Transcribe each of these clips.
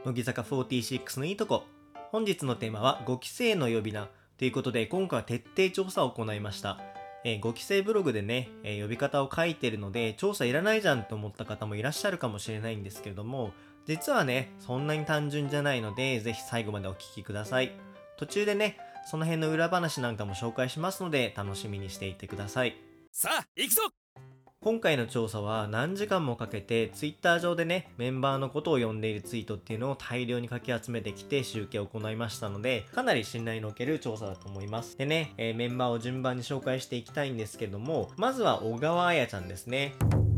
乃木坂46のいいとこ。本日のテーマは5期生の呼び名ということで、今回は徹底調査を行いました。5期生ブログでね、呼び方を書いてるので調査いらないじゃんと思った方もいらっしゃるかもしれないんですけれども、実はねそんなに単純じゃないので、ぜひ最後までお聞きください。途中でねその辺の裏話なんかも紹介しますので、楽しみにしていてください。 さあ行くぞ。 今回の調査は何時間もかけて Twitter 上でねメンバーのことを呼んでいるツイートっていうのを大量にかき集めてきて集計を行いましたので、かなり信頼のおける調査だと思います。でね、メンバーを順番に紹介していきたいんですけども、まずは小川彩ちゃんですね。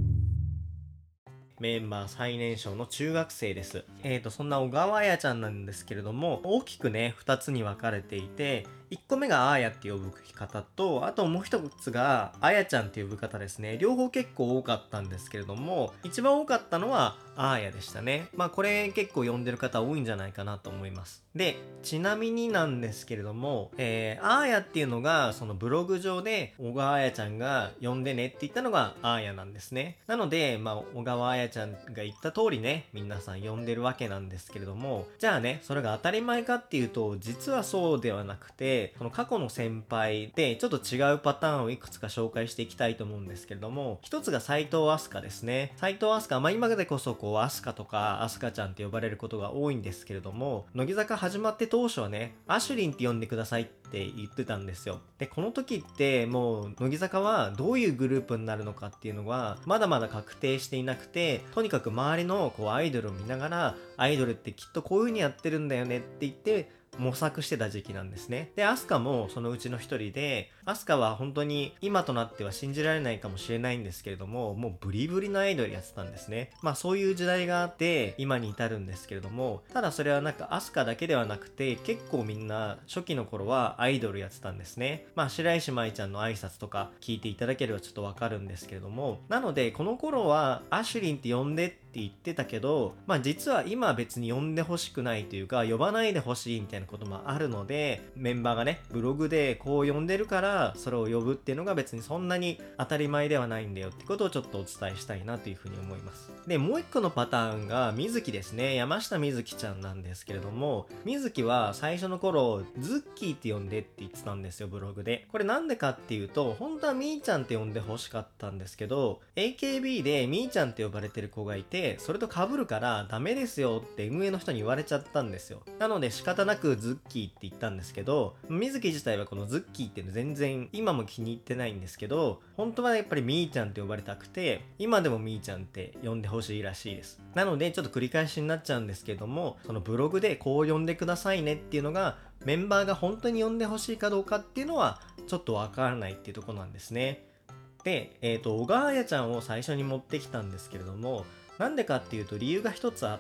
メンバー最年少の中学生です。そんな小川彩ちゃんなんですけれども、大きくね2つに分かれていて、1個目があーやって呼ぶ方と、あともう一つがあやちゃんって呼ぶ方ですね。両方結構多かったんですけれども、一番多かったのはあーやでしたね。これ結構呼んでる方多いんじゃないかなと思います。で、ちなみになんですけれども、あーやっていうのがそのブログ上で小川あやちゃんが呼んでねって言ったのがあーやなんですね。なので、小川あやちゃんが言った通りね、皆さん呼んでるわけなんですけれども、じゃあね、それが当たり前かっていうと、実はそうではなくて、その過去の先輩でちょっと違うパターンをいくつか紹介していきたいと思うんですけれども、一つが斉藤飛鳥ですね。斉藤飛鳥、今でこそこう飛鳥とか飛鳥ちゃんって呼ばれることが多いんですけれども、乃木坂始まって当初はね、アシュリンって呼んでくださいって言ってたんですよ。で、この時ってもう乃木坂はどういうグループになるのかっていうのがまだまだ確定していなくて、とにかく周りのこうアイドルを見ながら、アイドルってきっとこういう風にやってるんだよねって言って模索してた時期なんですね。で、アスカもそのうちの一人で、アスカは本当に今となっては信じられないかもしれないんですけれども、もうブリブリのアイドルやってたんですね。そういう時代があって今に至るんですけれども、ただそれはなんかアスカだけではなくて、結構みんな初期の頃はアイドルやってたんですね。白石麻衣ちゃんの挨拶とか聞いていただければちょっとわかるんですけれども、なのでこの頃はアシュリンって呼んでって言ってたけど、実は今は別に呼んでほしくないというか、呼ばないでほしいみたいなこともあるので、メンバーがねブログでこう呼んでるからそれを呼ぶっていうのが別にそんなに当たり前ではないんだよってことをちょっとお伝えしたいなというふうに思います。で、もう一個のパターンが水木ですね。山下美月ちゃんなんですけれども、水木は最初の頃ズッキーって呼んでって言ってたんですよ、ブログで。これなんでかっていうと、本当はみーちゃんって呼んでほしかったんですけど、 AKB でみーちゃんって呼ばれてる子がいて、それと被るからダメですよって運営の人に言われちゃったんですよ。なので仕方なくズッキーって言ったんですけど、水木自体はこのズッキーっていうの全然今も気に入ってないんですけど、本当はやっぱりみーちゃんって呼ばれたくて、今でもみーちゃんって呼んでほしいらしいです。なのでちょっと繰り返しになっちゃうんですけども、そのブログでこう呼んでくださいねっていうのがメンバーが本当に呼んでほしいかどうかっていうのはちょっとわからないっていうところなんですね。で、小川彩ちゃんを最初に持ってきたんですけれども、なんでかっていうと理由が一つあって、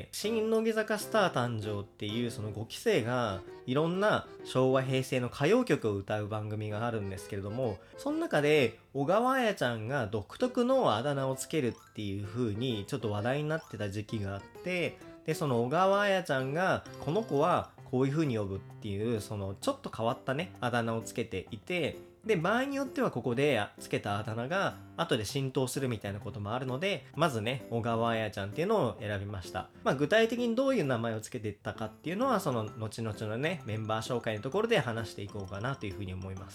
新乃木坂スター誕生っていうその5期生がいろんな昭和平成の歌謡曲を歌う番組があるんですけれども、その中で小川彩ちゃんが独特のあだ名をつけるっていう風にちょっと話題になってた時期があって、でその小川彩ちゃんがこの子はこういう風に呼ぶっていう、そのちょっと変わったねあだ名をつけていて、で場合によってはここでつけたあだ名が後で浸透するみたいなこともあるので、まずね小川彩ちゃんっていうのを選びました。具体的にどういう名前をつけていったかっていうのは、その後々のねメンバー紹介のところで話していこうかなというふうに思います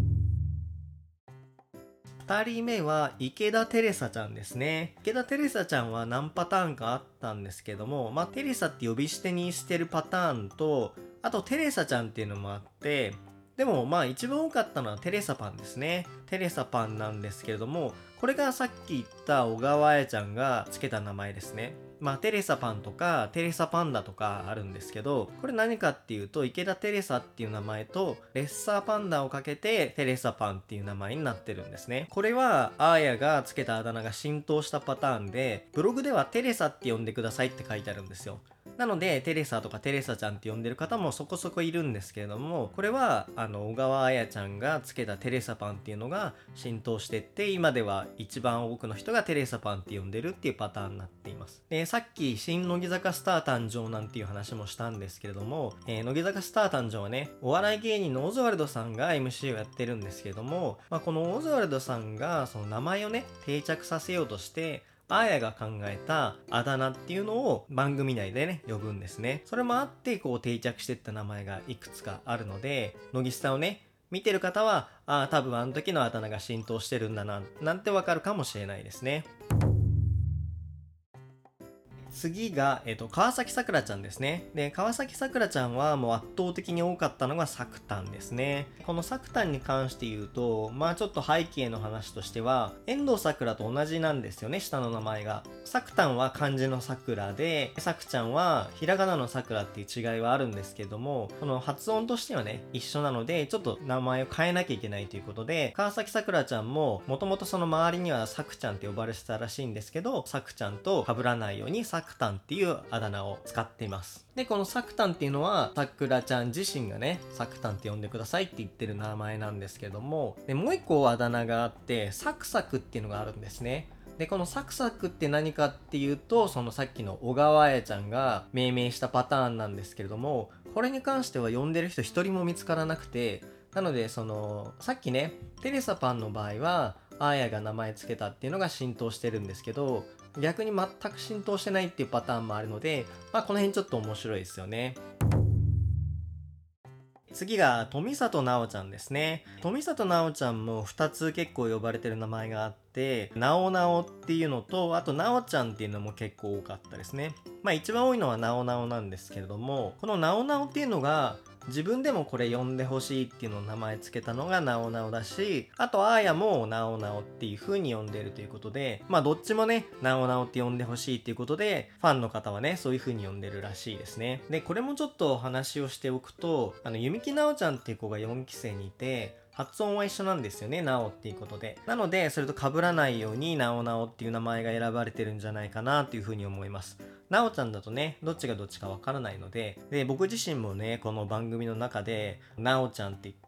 。2人目は池田テレサちゃんですね。池田テレサちゃんは何パターンかあったんですけども、テレサって呼び捨てにしてるパターンと、あとテレサちゃんっていうのもあって、でも一番多かったのはテレサパンですね。テレサパンなんですけれども、これがさっき言った小川彩ちゃんがつけた名前ですね。テレサパンとかテレサパンダとかあるんですけど、これ何かっていうと、池田テレサっていう名前とレッサーパンダをかけてテレサパンっていう名前になってるんですね。これはアーヤがつけたあだ名が浸透したパターンで、ブログではテレサって呼んでくださいって書いてあるんですよ。なのでテレサとかテレサちゃんって呼んでる方もそこそこいるんですけれども、これは小川彩ちゃんがつけたテレサパンっていうのが浸透してって、今では一番多くの人がテレサパンって呼んでるっていうパターンになっています。で、さっき新乃木坂スター誕生なんていう話もしたんですけれども、乃木坂スター誕生はね、お笑い芸人のオズワルドさんが MC をやってるんですけれども、このオズワルドさんがその名前をね定着させようとして、 あーやが考えたあだ名っていうのを番組内でね、呼ぶんですね。それもあって、こう定着していった名前がいくつかあるので、乃木下をね、見てる方は、ああ、多分あの時のあだ名が浸透してるんだな、なんてわかるかもしれないですね。次が、川崎さくらちゃんですね。で、川崎さくらちゃんはもう圧倒的に多かったのがサクタンですね。このサクタンに関して言うと、まあちょっと背景の話としては、遠藤さくらと同じなんですよね、下の名前が。サクタンは漢字のさくらで、さくちゃんはひらがなのさくらっていう違いはあるんですけども、この発音としてはね、一緒なので、ちょっと名前を変えなきゃいけないということで、川崎さくらちゃんも、もともとその周りにはさくちゃんって呼ばれてたらしいんですけど、さくちゃんと被らないようにサクタンっていうあだ名を使っています。で、このサクタンっていうのは、さくらちゃん自身がね、サクタンって呼んでくださいって言ってる名前なんですけども、で、もう一個あだ名があって、サクサクっていうのがあるんですね。で、このサクサクって何かっていうと、そのさっきの小川彩ちゃんが命名したパターンなんですけれども、これに関しては呼んでる人一人も見つからなくて、なので、さっきね、テレサパンの場合は、アーヤが名前つけたっていうのが浸透してるんですけど、逆に全く浸透してないっていうパターンもあるので、まあこの辺ちょっと面白いですよね。次が富里奈緒ちゃんですね。富里奈緒ちゃんも2つ結構呼ばれてる名前があって、なおなおっていうのと、あとなおちゃんっていうのも結構多かったですね。まあ一番多いのはなおなおなんですけれども、このなおなおっていうのが自分でもこれ呼んでほしいっていうのを名前つけたのがなおなおだし、あとあーやもなおなおっていう風に呼んでるということで、まあどっちもね、なおなおって呼んでほしいっていうことで、ファンの方はね、そういう風に呼んでるらしいですね。で、これもちょっとお話をしておくと、弓木なおちゃんっていう子が4期生にいて、発音は一緒なんですよね、なおっていうことで。なので、それと被らないように、なおなおっていう名前が選ばれてるんじゃないかなっていう風に思います。なおちゃんだとね、どっちがどっちかわからないので、僕自身もね、この番組の中で、なおちゃんって言って、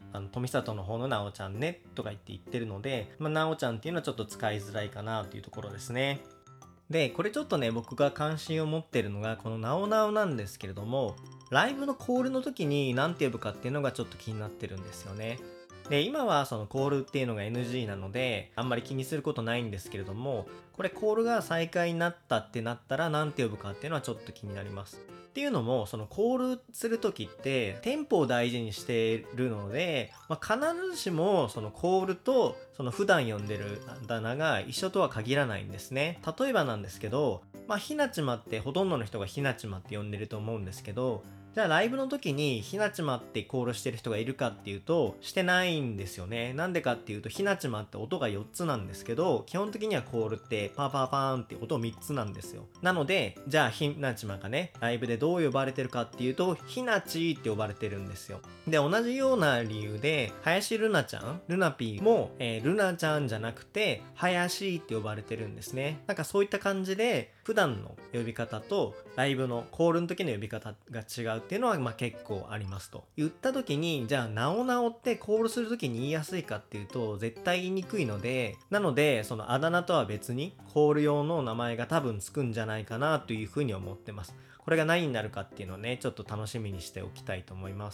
富里の方のなおちゃんね、とか言ってるので、まあ、なおちゃんっていうのはちょっと使いづらいかなというところですね。で、これちょっとね、僕が関心を持ってるのが、このなおなおなんですけれども、ライブのコールの時に何て呼ぶかっていうのがちょっと気になってるんですよね。で、今はそのコールっていうのが NG なので、あんまり気にすることないんですけれども、これコールが再開になったってなったら何て呼ぶかっていうのはちょっと気になります。っていうのも、そのコールするときって、テンポを大事にしてるので、まあ、必ずしもそのコールとその普段呼んでるあだ名が一緒とは限らないんですね。例えばなんですけど、まあ、ひなちまってほとんどの人がひなちまって呼んでると思うんですけど、じゃあライブの時にひなちまってコールしてる人がいるかっていうとしてないんですよね。なんでかっていうとひなちまって音が4つなんですけど基本的にはコールってパーパーパーンって音3つなんですよ。なのでじゃあひなちまがねライブでどう呼ばれてるかっていうとひなちって呼ばれてるんですよ。で同じような理由で林ルナちゃんルナピーも、ルナちゃんじゃなくて林って呼ばれてるんですね。なんかそういった感じで普段の呼び方とライブのコールの時の呼び方が違うっていうのはまあ結構ありますと言った時にじゃあなおなおってコールする時に言いやすいかっていうと絶対言いにくいのでなのでそのあだ名とは別にコール用の名前が多分つくんじゃないかなというふうに思ってます。これが何になるかっていうのをねちょっと楽しみにしておきたいと思います。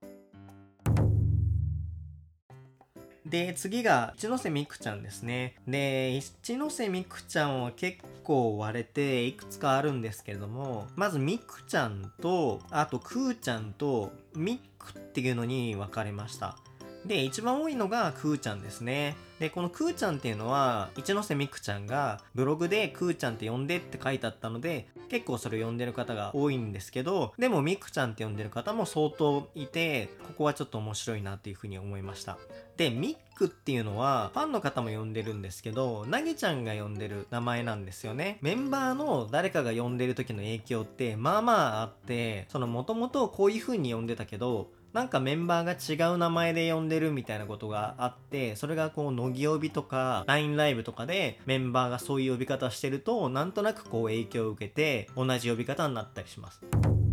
で、次が一ノ瀬美空ちゃんですね。で、一ノ瀬美空ちゃんは結構割れていくつかあるんですけれども、まず美空ちゃんと、あとくーちゃんとミックっていうのに分かれました。で、一番多いのがくーちゃんですね。で、このくーちゃんっていうのは、一ノ瀬美空ちゃんがブログでくーちゃんって呼んでって書いてあったので、結構それを呼んでる方が多いんですけど、でもミクちゃんって呼んでる方も相当いて、ここはちょっと面白いなっていうふうに思いました。で、ミックっていうのは、ファンの方も呼んでるんですけど、なぎちゃんが呼んでる名前なんですよね。メンバーの誰かが呼んでる時の影響って、まあまああって、もともとこういう風に呼んでたけど、なんかメンバーが違う名前で呼んでるみたいなことがあって、それがこう、乃木呼びとか、LINE ライブとかでメンバーがそういう呼び方してると、なんとなくこう影響を受けて、同じ呼び方になったりします。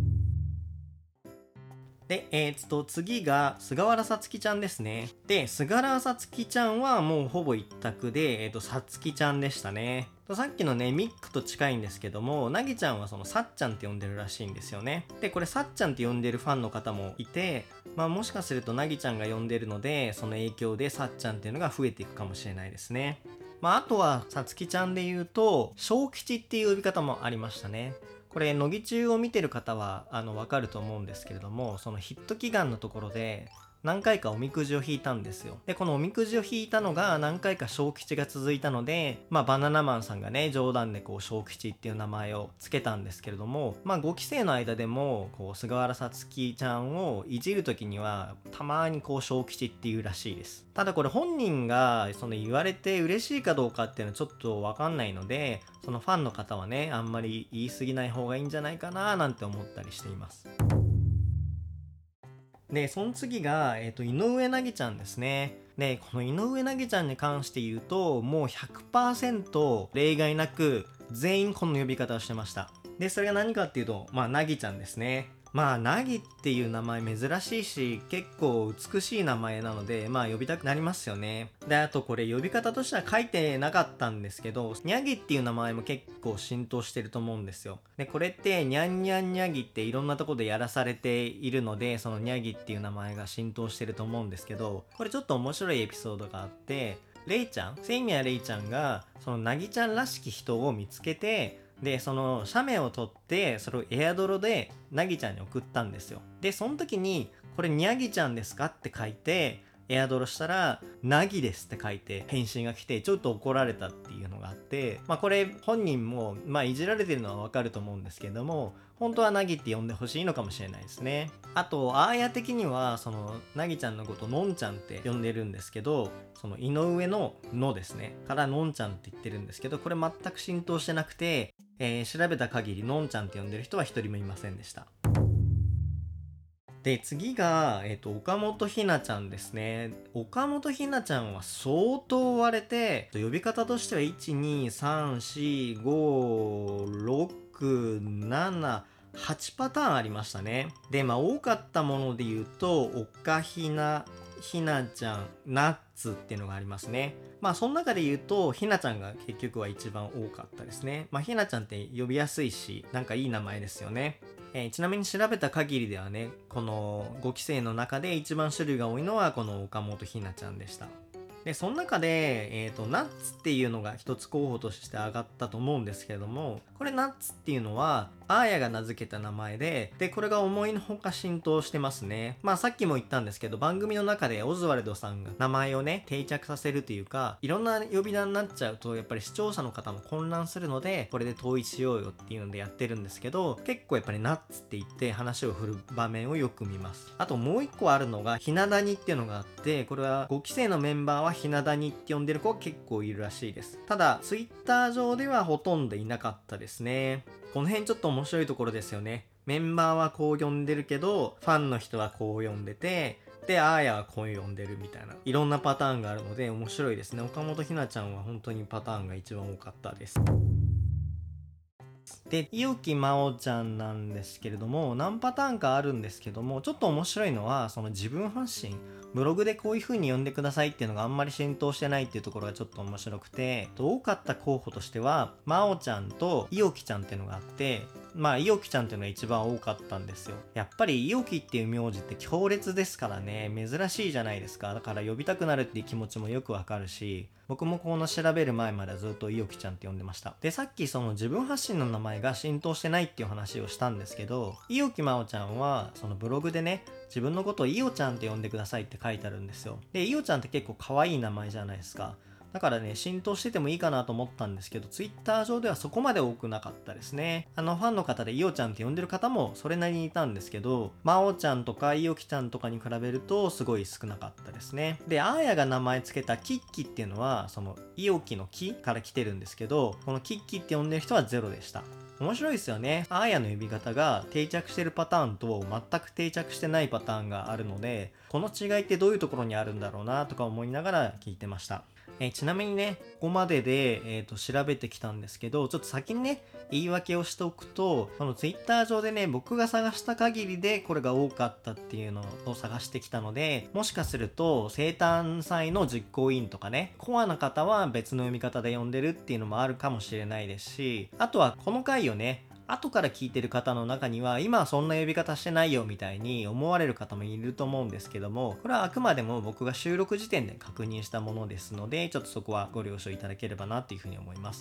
で、次が、菅原さつきちゃんですね。で、菅原さつきちゃんはもうほぼ一択で、さつきちゃんでしたね。さっきのね、ミックと近いんですけども、なぎちゃんはそのさっちゃんって呼んでるらしいんですよね。で、これさっちゃんって呼んでるファンの方もいて、まあもしかするとなぎちゃんが呼んでるので、その影響でさっちゃんっていうのが増えていくかもしれないですね。 あとはさつきちゃんで言うと小吉っていう呼び方もありましたね。これ乃木中を見てる方はわかると思うんですけれども、そのヒット祈願のところで何回かおみくじを引いたんですよ。でこのおみくじを引いたのが何回か小吉が続いたので、バナナマンさんがね冗談でこう小吉っていう名前をつけたんですけれども、5期生の間でもこう菅原さつきちゃんをいじる時にはたまにこう小吉っていうらしいです。ただこれ本人がその言われて嬉しいかどうかっていうのはちょっとわかんないので、そのファンの方はねあんまり言い過ぎない方がいいんじゃないかななんて思ったりしています。で、その次が、井上凪ちゃんですね。で、この井上凪ちゃんに関して言うと、もう 100% 例外なく、全員この呼び方をしてました。で、それが何かっていうと、凪ちゃんですね。凪っていう名前珍しいし、結構美しい名前なので、呼びたくなりますよね。で、あとこれ呼び方としては書いてなかったんですけど、にゃぎっていう名前も結構浸透してると思うんですよ。で、これってにゃんにゃんにゃぎっていろんなとこでやらされているので、そのにゃぎっていう名前が浸透してると思うんですけど、これちょっと面白いエピソードがあって、レイちゃん、セイミヤレイちゃんが、そのなぎちゃんらしき人を見つけて、でその写メを撮ってそれをエアドロでなぎちゃんに送ったんですよ。でその時にこれにゃぎちゃんですかって書いてエアドロしたらなぎですって書いて返信が来てちょっと怒られたっていうのがあって、これ本人もいじられてるのはわかると思うんですけども、本当はなぎって呼んでほしいのかもしれないですね。あとアーヤ的にはそのなぎちゃんのことのんちゃんって呼んでるんですけど、その井上ののですねからのんちゃんって言ってるんですけど、これ全く浸透してなくて、調べた限りのんちゃんって呼んでる人は一人もいませんでした。で次が、岡本ひなちゃんですね。岡本ひなちゃんは相当割れて、呼び方としては1234567 8パターンありましたね。で多かったもので言うとおかひな、ひなちゃん、ナッツっていうのがありますね。その中で言うとひなちゃんが結局は一番多かったですね。ひなちゃんって呼びやすいしなんかいい名前ですよね。ちなみに調べた限りではね、この5期生の中で一番種類が多いのはこの岡本ひなちゃんでした。でその中で、ナッツっていうのが一つ候補として上がったと思うんですけれども、これナッツっていうのはアーヤが名付けた名前で、これが思いのほか浸透してますね。さっきも言ったんですけど、番組の中でオズワルドさんが名前をね定着させるというか、いろんな呼び名になっちゃうとやっぱり視聴者の方も混乱するので、これで統一しようよっていうのでやってるんですけど、結構やっぱりナッツって言って話を振る場面をよく見ます。あともう一個あるのがひなだにっていうのがあって、これは5期生のメンバーはひなだにって呼んでる子は結構いるらしいです。ただツイッター上ではほとんどいなかったですね。この辺ちょっと面白いところですよね。メンバーはこう呼んでるけどファンの人はこう呼んでて、でアーヤはこう呼んでるみたいな、いろんなパターンがあるので面白いですね。岡本ひなちゃんは本当にパターンが一番多かったです。で伊予木真央ちゃんなんですけれども、何パターンかあるんですけども、ちょっと面白いのはその自分発信、ブログでこういう風に呼んでくださいっていうのがあんまり浸透してないっていうところがちょっと面白くて、多かった候補としては真央ちゃんと伊予木ちゃんっていうのがあって、伊予木ちゃんっていうのが一番多かったんですよ。やっぱり伊予木っていう名字って強烈ですからね、珍しいじゃないですか。だから呼びたくなるっていう気持ちもよくわかるし、僕もこの調べる前まではずっと伊予木ちゃんって呼んでました。でさっきその自分発信の名前が浸透してないっていう話をしたんですけど、伊予木真央ちゃんはそのブログでね、自分のことを伊予ちゃんって呼んでくださいって書いてあるんですよ。で伊予ちゃんって結構可愛い名前じゃないですか。だからね浸透しててもいいかなと思ったんですけど、ツイッター上ではそこまで多くなかったですね。ファンの方で伊予ちゃんって呼んでる方もそれなりにいたんですけど、真央ちゃんとか伊予木ちゃんとかに比べるとすごい少なかったですね。でアーヤが名前つけたキッキっていうのはその伊予木の木から来てるんですけど、このキッキって呼んでる人はゼロでした。面白いですよね。アーヤの呼び方が定着してるパターンと全く定着してないパターンがあるので、この違いってどういうところにあるんだろうなとか思いながら聞いてました。ちなみにねここまでで、調べてきたんですけど、ちょっと先にね言い訳をしておくと、この Twitter 上でね僕が探した限りでこれが多かったっていうのを探してきたので、もしかすると生誕祭の実行委員とかねコアな方は別の読み方で呼んでるっていうのもあるかもしれないですし、あとはこの回をね後から聞いてる方の中には今はそんな呼び方してないよみたいに思われる方もいると思うんですけども、これはあくまでも僕が収録時点で確認したものですので、ちょっとそこはご了承いただければなっていうふうに思います。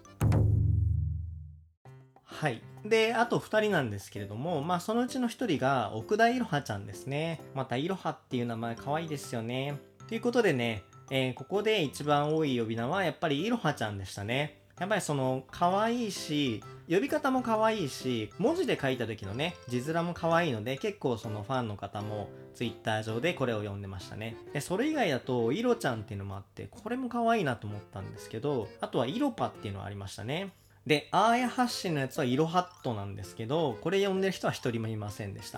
はい。で、あと2人なんですけれども、そのうちの1人が奥田いろはちゃんですね。またいろはっていう名前可愛いですよね。ということでね、ここで一番多い呼び名はやっぱりいろはちゃんでしたね。やっぱりその可愛いし、呼び方も可愛いし、文字で書いた時のね、字面も可愛いので、結構そのファンの方も Twitter 上でこれを呼んでましたね。で、それ以外だと、いろちゃんっていうのもあって、これも可愛いなと思ったんですけど、あとはいろぱっていうのがありましたね。で、アーヤ発信のやつはイロハットなんですけど、これ読んでる人は一人もいませんでした。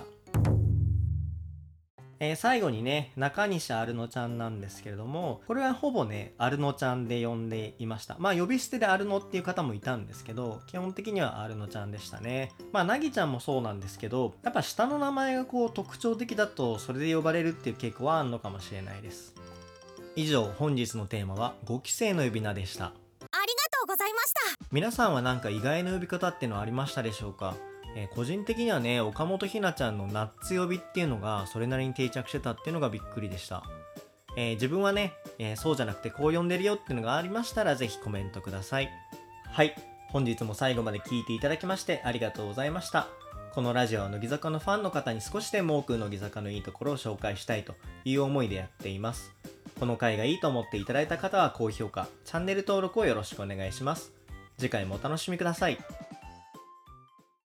最後にね、中西アルノちゃんなんですけれども、これはほぼね、アルノちゃんで呼んでいました。呼び捨てでアルノっていう方もいたんですけど、基本的にはアルノちゃんでしたね。なぎちゃんもそうなんですけど、やっぱ下の名前がこう特徴的だと、それで呼ばれるっていう傾向はあるのかもしれないです。以上、本日のテーマは5期生の呼び名でした。ありがとうございました。皆さんはなんか意外な呼び方っていうのはありましたでしょうか？個人的にはね、岡本ひなちゃんのナッツ呼びっていうのがそれなりに定着してたっていうのがびっくりでした。自分はね、そうじゃなくてこう呼んでるよっていうのがありましたらぜひコメントください。はい、本日も最後まで聞いていただきましてありがとうございました。このラジオは乃木坂のファンの方に少しでも多く乃木坂のいいところを紹介したいという思いでやっています。この回がいいと思っていただいた方は高評価、チャンネル登録をよろしくお願いします。次回もお楽しみください。